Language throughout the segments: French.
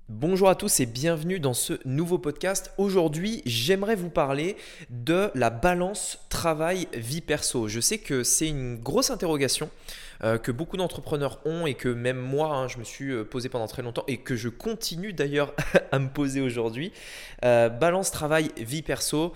Bonjour à tous et bienvenue dans ce nouveau podcast. Aujourd'hui, j'aimerais vous parler de la balance travail-vie perso. Je sais que c'est une grosse interrogation que beaucoup d'entrepreneurs ont et que même moi, je me suis posé pendant très longtemps et que je continue d'ailleurs à me poser aujourd'hui. Balance travail-vie perso.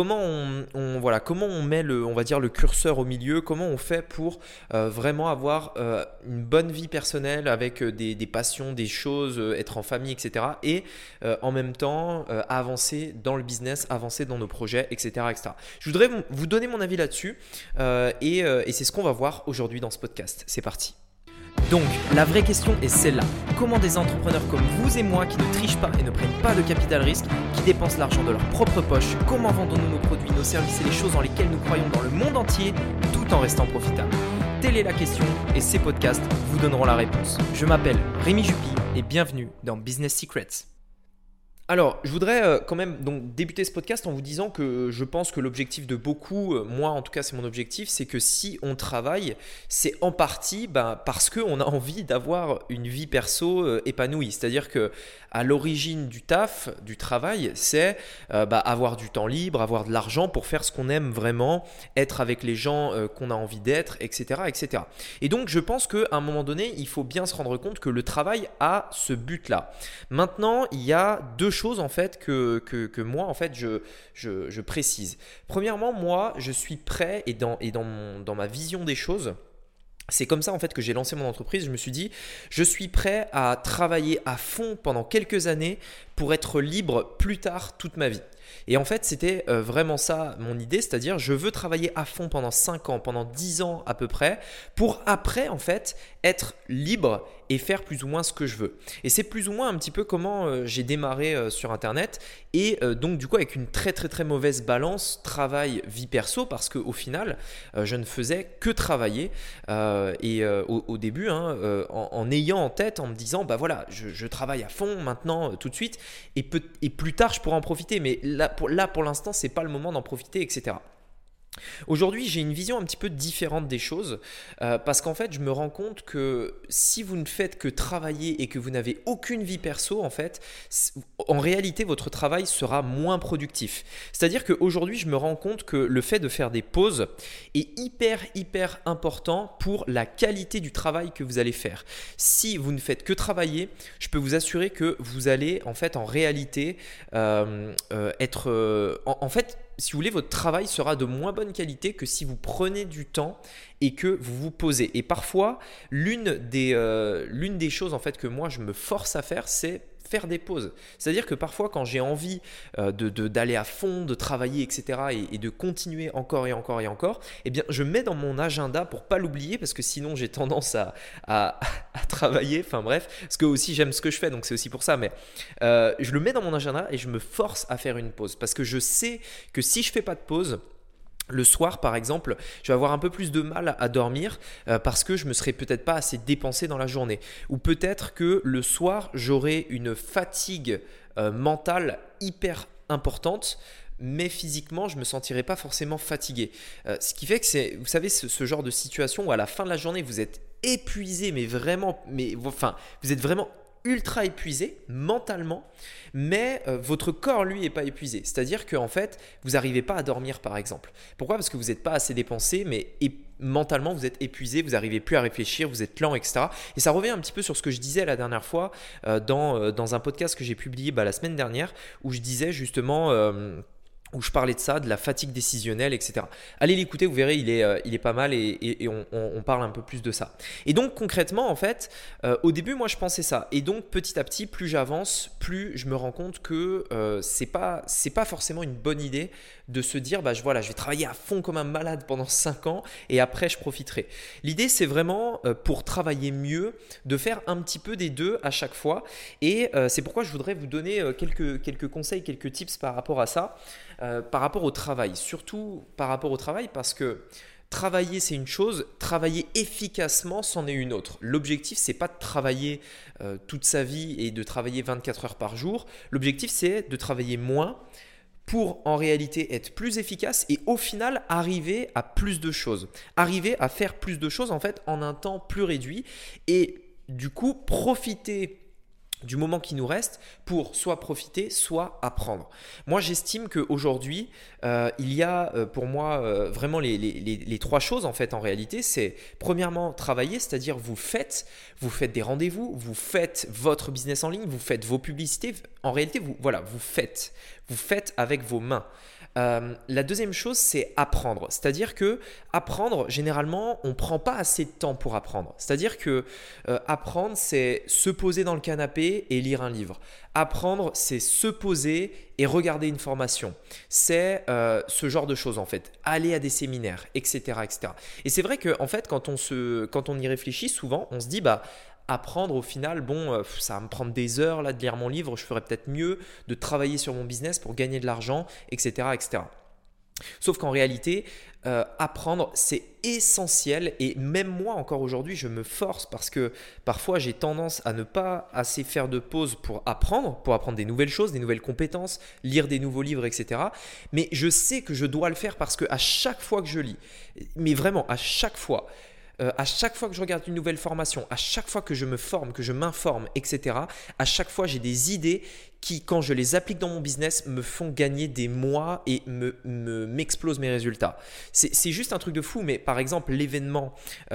Comment on met on va dire le curseur au milieu? Comment on fait pour vraiment avoir une bonne vie personnelle avec des passions, des choses, être en famille, etc. Et en même temps avancer dans le business, avancer dans nos projets, etc. etc. Je voudrais vous donner mon avis là-dessus et c'est ce qu'on va voir aujourd'hui dans ce podcast. C'est parti. Donc, la vraie question est celle-là. Comment des entrepreneurs comme vous et moi qui ne trichent pas et ne prennent pas de capital risque, qui dépensent l'argent de leur propre poche, comment vendons-nous nos produits, nos services et les choses dans lesquelles nous croyons dans le monde entier, tout en restant profitables? Telle est la question et ces podcasts vous donneront la réponse. Je m'appelle Rémi Jupy et bienvenue dans Business Secrets. Alors, je voudrais quand même donc débuter ce podcast en vous disant que je pense que l'objectif de beaucoup, moi en tout cas c'est mon objectif, c'est que si on travaille, c'est en partie parce qu'on a envie d'avoir une vie perso épanouie. C'est-à-dire que à l'origine du taf, du travail, c'est avoir du temps libre, avoir de l'argent pour faire ce qu'on aime vraiment, être avec les gens qu'on a envie d'être, etc., etc. Et donc je pense qu'à un moment donné, il faut bien se rendre compte que le travail a ce but-là. Maintenant, il y a deux choses en fait que moi en fait je précise. Premièrement, moi je suis prêt et dans ma vision des choses, c'est comme ça en fait que j'ai lancé mon entreprise. Je me suis dit, je suis prêt à travailler à fond pendant quelques années pour être libre plus tard toute ma vie. Et en fait, c'était vraiment ça mon idée, c'est-à-dire je veux travailler à fond pendant 5 ans, pendant 10 ans à peu près, pour après en fait être libre et faire plus ou moins ce que je veux. Et c'est plus ou moins un petit peu comment j'ai démarré sur Internet et donc du coup avec une très très très mauvaise balance travail-vie perso parce qu'au final, je ne faisais que travailler au début en ayant en tête, en me disant voilà, je travaille à fond maintenant tout de suite et plus tard je pourrai en profiter, mais là pour l'instant c'est pas le moment d'en profiter, etc. Aujourd'hui, j'ai une vision un petit peu différente des choses parce qu'en fait, je me rends compte que si vous ne faites que travailler et que vous n'avez aucune vie perso, en fait, en réalité, votre travail sera moins productif. C'est-à-dire qu'aujourd'hui, je me rends compte que le fait de faire des pauses est hyper important pour la qualité du travail que vous allez faire. Si vous ne faites que travailler, je peux vous assurer que vous allez en fait en réalité en fait, si vous voulez, votre travail sera de moins bonne qualité que si vous prenez du temps et que vous vous posez. Et parfois, l'une des choses en fait que moi je me force à faire, c'est faire des pauses. C'est-à-dire que parfois quand j'ai envie d'aller à fond, de travailler, etc. et de continuer encore et encore et encore, eh bien je mets dans mon agenda pour pas l'oublier parce que sinon j'ai tendance à travailler, enfin bref, parce que aussi j'aime ce que je fais donc c'est aussi pour ça, mais je le mets dans mon agenda et je me force à faire une pause parce que je sais que si je fais pas de pause, le soir, par exemple, je vais avoir un peu plus de mal à dormir parce que je me serais peut-être pas assez dépensé dans la journée. Ou peut-être que le soir, j'aurai une fatigue mentale hyper importante, mais physiquement, je ne me sentirai pas forcément fatigué. Ce qui fait que c'est, vous savez, ce genre de situation où à la fin de la journée, vous êtes épuisé, vous êtes vraiment ultra épuisé mentalement, mais votre corps lui est pas épuisé. C'est-à-dire qu'en fait, vous n'arrivez pas à dormir par exemple. Pourquoi? Parce que vous n'êtes pas assez dépensé, mais mentalement vous êtes épuisé, vous n'arrivez plus à réfléchir, vous êtes lent, etc. Et ça revient un petit peu sur ce que je disais la dernière fois dans un podcast que j'ai publié la semaine dernière où je disais justement… où je parlais de ça, de la fatigue décisionnelle, etc. Allez l'écouter, vous verrez, il est pas mal et on parle un peu plus de ça. Et donc concrètement, en fait, au début, moi je pensais ça. Et donc petit à petit, plus j'avance, plus je me rends compte que c'est pas forcément une bonne idée de se dire, je vais travailler à fond comme un malade pendant 5 ans et après je profiterai. L'idée, c'est vraiment pour travailler mieux, de faire un petit peu des deux à chaque fois. Et c'est pourquoi je voudrais vous donner quelques conseils, quelques tips par rapport à ça. Par rapport au travail, surtout par rapport au travail parce que travailler c'est une chose, travailler efficacement c'en est une autre. L'objectif c'est pas de travailler toute sa vie et de travailler 24 heures par jour, l'objectif c'est de travailler moins pour en réalité être plus efficace et au final arriver à plus de choses, arriver à faire plus de choses en fait en un temps plus réduit et du coup profiter du moment qui nous reste pour soit profiter, soit apprendre. Moi, j'estime qu'aujourd'hui, il y a pour moi vraiment les trois choses en fait en réalité. C'est premièrement travailler, c'est-à-dire vous faites des rendez-vous, vous faites votre business en ligne, vous faites vos publicités. En réalité, vous faites avec vos mains. La deuxième chose, c'est apprendre. C'est-à-dire que apprendre, généralement, on ne prend pas assez de temps pour apprendre. C'est-à-dire que apprendre, c'est se poser dans le canapé et lire un livre. Apprendre, c'est se poser et regarder une formation. C'est ce genre de choses en fait. Aller à des séminaires, etc., etc. Et c'est vrai qu'en fait, quand on y réfléchit, souvent, on se dit apprendre au final, ça va me prendre des heures là de lire mon livre, je ferais peut-être mieux de travailler sur mon business pour gagner de l'argent, etc., etc. Sauf qu'en réalité, apprendre, c'est essentiel et même moi encore aujourd'hui, je me force parce que parfois j'ai tendance à ne pas assez faire de pause pour apprendre des nouvelles choses, des nouvelles compétences, lire des nouveaux livres, etc. Mais je sais que je dois le faire parce qu'à chaque fois que je lis, mais vraiment à chaque fois que je regarde une nouvelle formation, à chaque fois que je me forme, que je m'informe, etc., à chaque fois j'ai des idées qui, quand je les applique dans mon business, me font gagner des mois et m'explosent mes résultats. C'est juste un truc de fou, mais par exemple, l'événement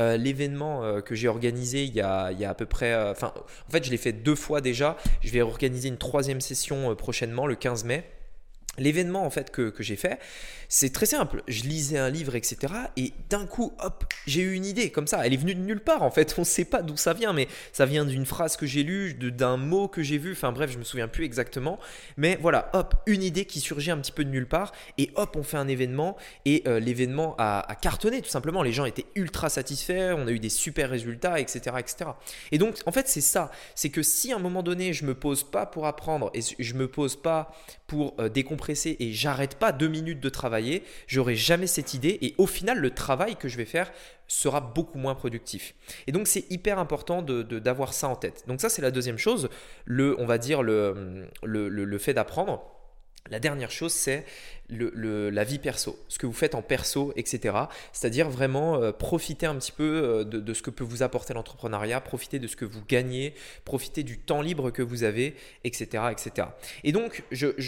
que j'ai organisé il y a à peu près… en fait, je l'ai fait 2 fois déjà. Je vais organiser une 3e session prochainement, le 15 mai. L'événement en fait que j'ai fait, c'est très simple. Je lisais un livre, etc. Et d'un coup, hop, j'ai eu une idée comme ça. Elle est venue de nulle part en fait. On ne sait pas d'où ça vient, mais ça vient d'une phrase que j'ai lue, d'un mot que j'ai vu. Enfin bref, je me souviens plus exactement. Mais voilà, hop, une idée qui surgit un petit peu de nulle part. Et hop, on fait un événement. Et l'événement a cartonné tout simplement. Les gens étaient ultra satisfaits. On a eu des super résultats, etc., etc. Et donc en fait, c'est ça. C'est que si à un moment donné, je me pose pas pour apprendre et je me pose pas pour décompresser et j'arrête pas 2 minutes de travailler, j'aurai jamais cette idée et au final le travail que je vais faire sera beaucoup moins productif. Et donc c'est hyper important d'avoir ça en tête. Donc ça c'est la deuxième chose, on va dire le fait d'apprendre. La dernière chose, c'est la vie perso, ce que vous faites en perso, etc. C'est-à-dire vraiment profiter un petit peu de ce que peut vous apporter l'entrepreneuriat, profiter de ce que vous gagnez, profiter du temps libre que vous avez, etc. etc. Et donc,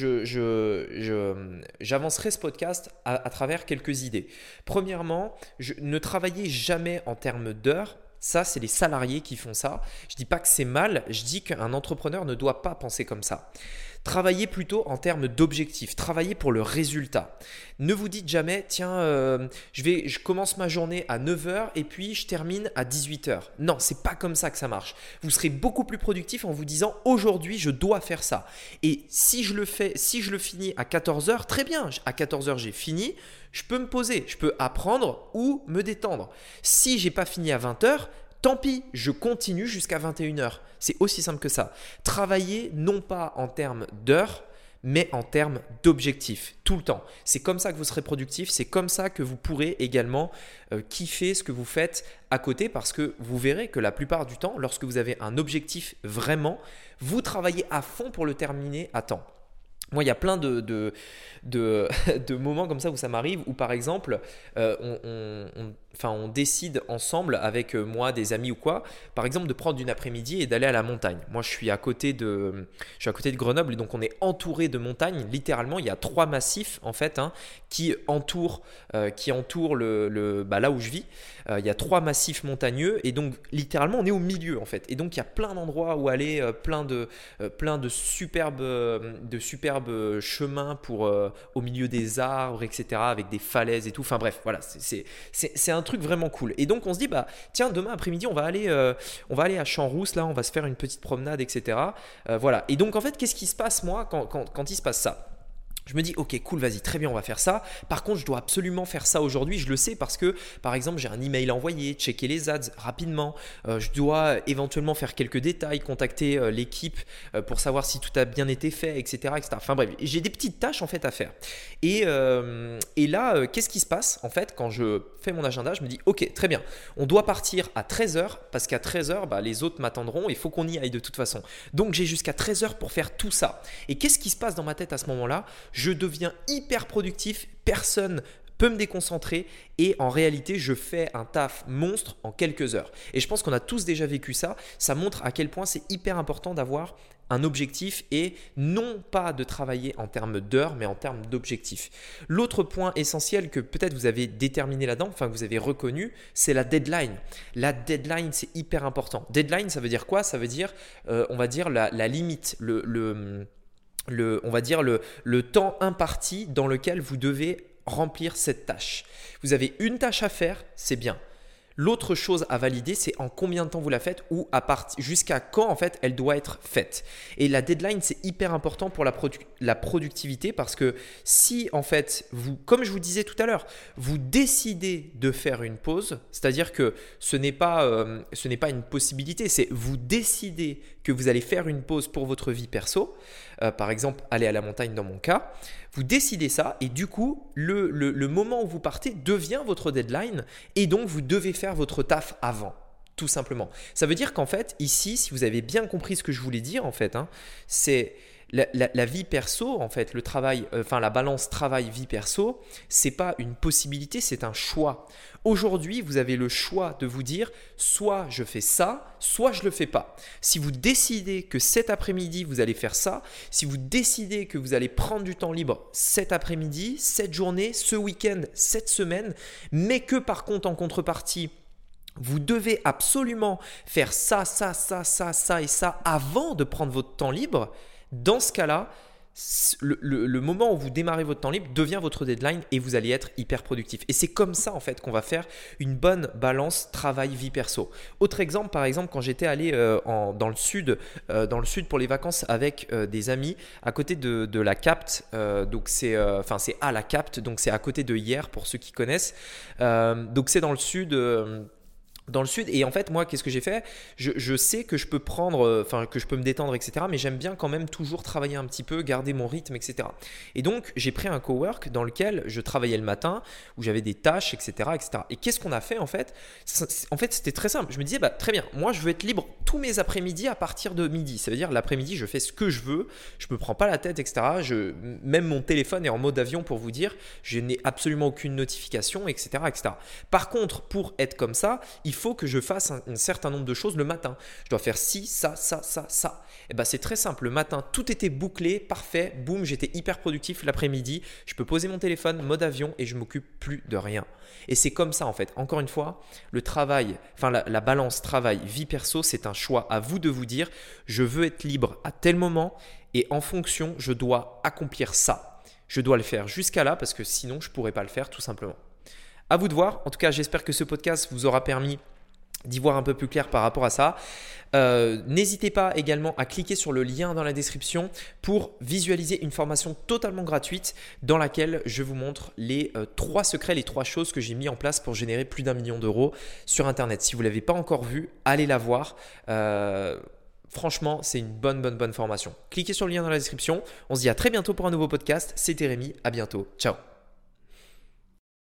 j'avancerai ce podcast à travers quelques idées. Premièrement, ne travaillez jamais en termes d'heures. Ça, c'est les salariés qui font ça. Je ne dis pas que c'est mal, je dis qu'un entrepreneur ne doit pas penser comme ça. Travaillez plutôt en termes d'objectifs, travaillez pour le résultat. Ne vous dites jamais, tiens, je commence ma journée à 9h et puis je termine à 18h. Non, c'est pas comme ça que ça marche. Vous serez beaucoup plus productif en vous disant, aujourd'hui, je dois faire ça. Et si je le finis à 14h, très bien, à 14h, j'ai fini, je peux me poser, je peux apprendre ou me détendre. Si j'ai pas fini à 20h, tant pis, je continue jusqu'à 21h. C'est aussi simple que ça. Travaillez non pas en termes d'heures, mais en termes d'objectifs, tout le temps. C'est comme ça que vous serez productif, c'est comme ça que vous pourrez également kiffer ce que vous faites à côté parce que vous verrez que la plupart du temps, lorsque vous avez un objectif vraiment, vous travaillez à fond pour le terminer à temps. Moi, il y a plein de moments comme ça où ça m'arrive où par exemple, on décide ensemble avec moi, des amis ou quoi, par exemple de prendre une après-midi et d'aller à la montagne. Moi, je suis à côté de Grenoble et donc on est entouré de montagnes. Littéralement, il y a 3 massifs en fait qui entourent là où je vis. Il y a 3 massifs montagneux et donc littéralement on est au milieu en fait. Et donc il y a plein d'endroits où aller, plein de superbes chemins au milieu des arbres, etc. avec des falaises et tout. Enfin bref, voilà, c'est un truc vraiment cool. Et donc on se dit tiens, demain après-midi on va aller à Champs-Rousses, là on va se faire une petite promenade, etc. Voilà. Et donc en fait, qu'est-ce qui se passe moi quand il se passe ça? Je me dis, ok, cool, vas-y, très bien, on va faire ça. Par contre, je dois absolument faire ça aujourd'hui. Je le sais parce que, par exemple, j'ai un email à envoyer, checker les ads rapidement. Je dois éventuellement faire quelques détails, contacter l'équipe pour savoir si tout a bien été fait, etc., etc. Enfin bref, j'ai des petites tâches en fait à faire. Et là, qu'est-ce qui se passe en fait quand je fais mon agenda? Je me dis, ok, très bien, on doit partir à 13h parce qu'à 13h, les autres m'attendront. Il faut qu'on y aille de toute façon. Donc, j'ai jusqu'à 13h pour faire tout ça. Et qu'est-ce qui se passe dans ma tête à ce moment-là? Je deviens hyper productif, personne peux me déconcentrer et en réalité, je fais un taf monstre en quelques heures. Et je pense qu'on a tous déjà vécu ça. Ça montre à quel point c'est hyper important d'avoir un objectif et non pas de travailler en termes d'heures, mais en termes d'objectifs. L'autre point essentiel que peut-être vous avez déterminé là-dedans, enfin que vous avez reconnu, c'est la deadline. La deadline, c'est hyper important. Deadline, ça veut dire quoi? Ça veut dire, on va dire, la limite, on va dire le temps imparti dans lequel vous devez remplir cette tâche. Vous avez une tâche à faire, c'est bien. L'autre chose à valider, c'est en combien de temps vous la faites ou jusqu'à quand en fait elle doit être faite. Et la deadline, c'est hyper important pour la productivité parce que si en fait vous, comme je vous disais tout à l'heure, vous décidez de faire une pause, c'est-à-dire que ce n'est pas une possibilité, c'est vous décidez que vous allez faire une pause pour votre vie perso, par exemple aller à la montagne dans mon cas, vous décidez ça et du coup le moment où vous partez devient votre deadline et donc vous devez faire votre taf avant. Tout simplement. Ça veut dire qu'en fait, ici, si vous avez bien compris ce que je voulais dire, en fait, c'est la vie perso, en fait, le travail, la balance travail-vie perso, c'est pas une possibilité, c'est un choix. Aujourd'hui, vous avez le choix de vous dire soit je fais ça, soit je le fais pas. Si vous décidez que cet après-midi, vous allez faire ça, si vous décidez que vous allez prendre du temps libre cet après-midi, cette journée, ce week-end, cette semaine, mais que par contre, en contrepartie, vous devez absolument faire ça et ça avant de prendre votre temps libre. Dans ce cas-là, le moment où vous démarrez votre temps libre devient votre deadline et vous allez être hyper productif. Et c'est comme ça en fait qu'on va faire une bonne balance travail-vie perso. Autre exemple, par exemple, quand j'étais allé dans le sud pour les vacances avec des amis à côté de la Capte, donc c'est à la Capte, donc c'est à côté de Hyères pour ceux qui connaissent. Donc c'est dans le sud. Et en fait moi qu'est-ce que j'ai fait, je sais que je peux que je peux me détendre etc, mais j'aime bien quand même toujours travailler un petit peu, garder mon rythme etc. Et donc j'ai pris un cowork dans lequel je travaillais le matin, où j'avais des tâches etc. Et qu'est-ce qu'on a fait en fait? En fait c'était très simple, je me disais très bien, moi je veux être libre tous mes après-midi à partir de midi, ça veut dire l'après-midi je fais ce que je veux, je me prends pas la tête etc. Même mon téléphone est en mode avion pour vous dire, je n'ai absolument aucune notification etc. Par contre pour être comme ça, il faut que je fasse un certain nombre de choses le matin. Je dois faire ci, ça. Et ben c'est très simple. Le matin, tout était bouclé, parfait. Boum, j'étais hyper productif l'après-midi. Je peux poser mon téléphone, mode avion et je m'occupe plus de rien. Et c'est comme ça en fait. Encore une fois, le travail, la balance travail-vie perso, c'est un choix. À vous de vous dire, je veux être libre à tel moment et en fonction, je dois accomplir ça. Je dois le faire jusqu'à là parce que sinon, je ne pourrais pas le faire tout simplement. À vous de voir. En tout cas, j'espère que ce podcast vous aura permis d'y voir un peu plus clair par rapport à ça. N'hésitez pas également à cliquer sur le lien dans la description pour visualiser une formation totalement gratuite dans laquelle je vous montre les 3 secrets, les 3 choses que j'ai mis en place pour générer plus d'1 million d'euros sur Internet. Si vous ne l'avez pas encore vue, allez la voir. Franchement, c'est une bonne formation. Cliquez sur le lien dans la description. On se dit à très bientôt pour un nouveau podcast. C'était Rémi. À bientôt. Ciao.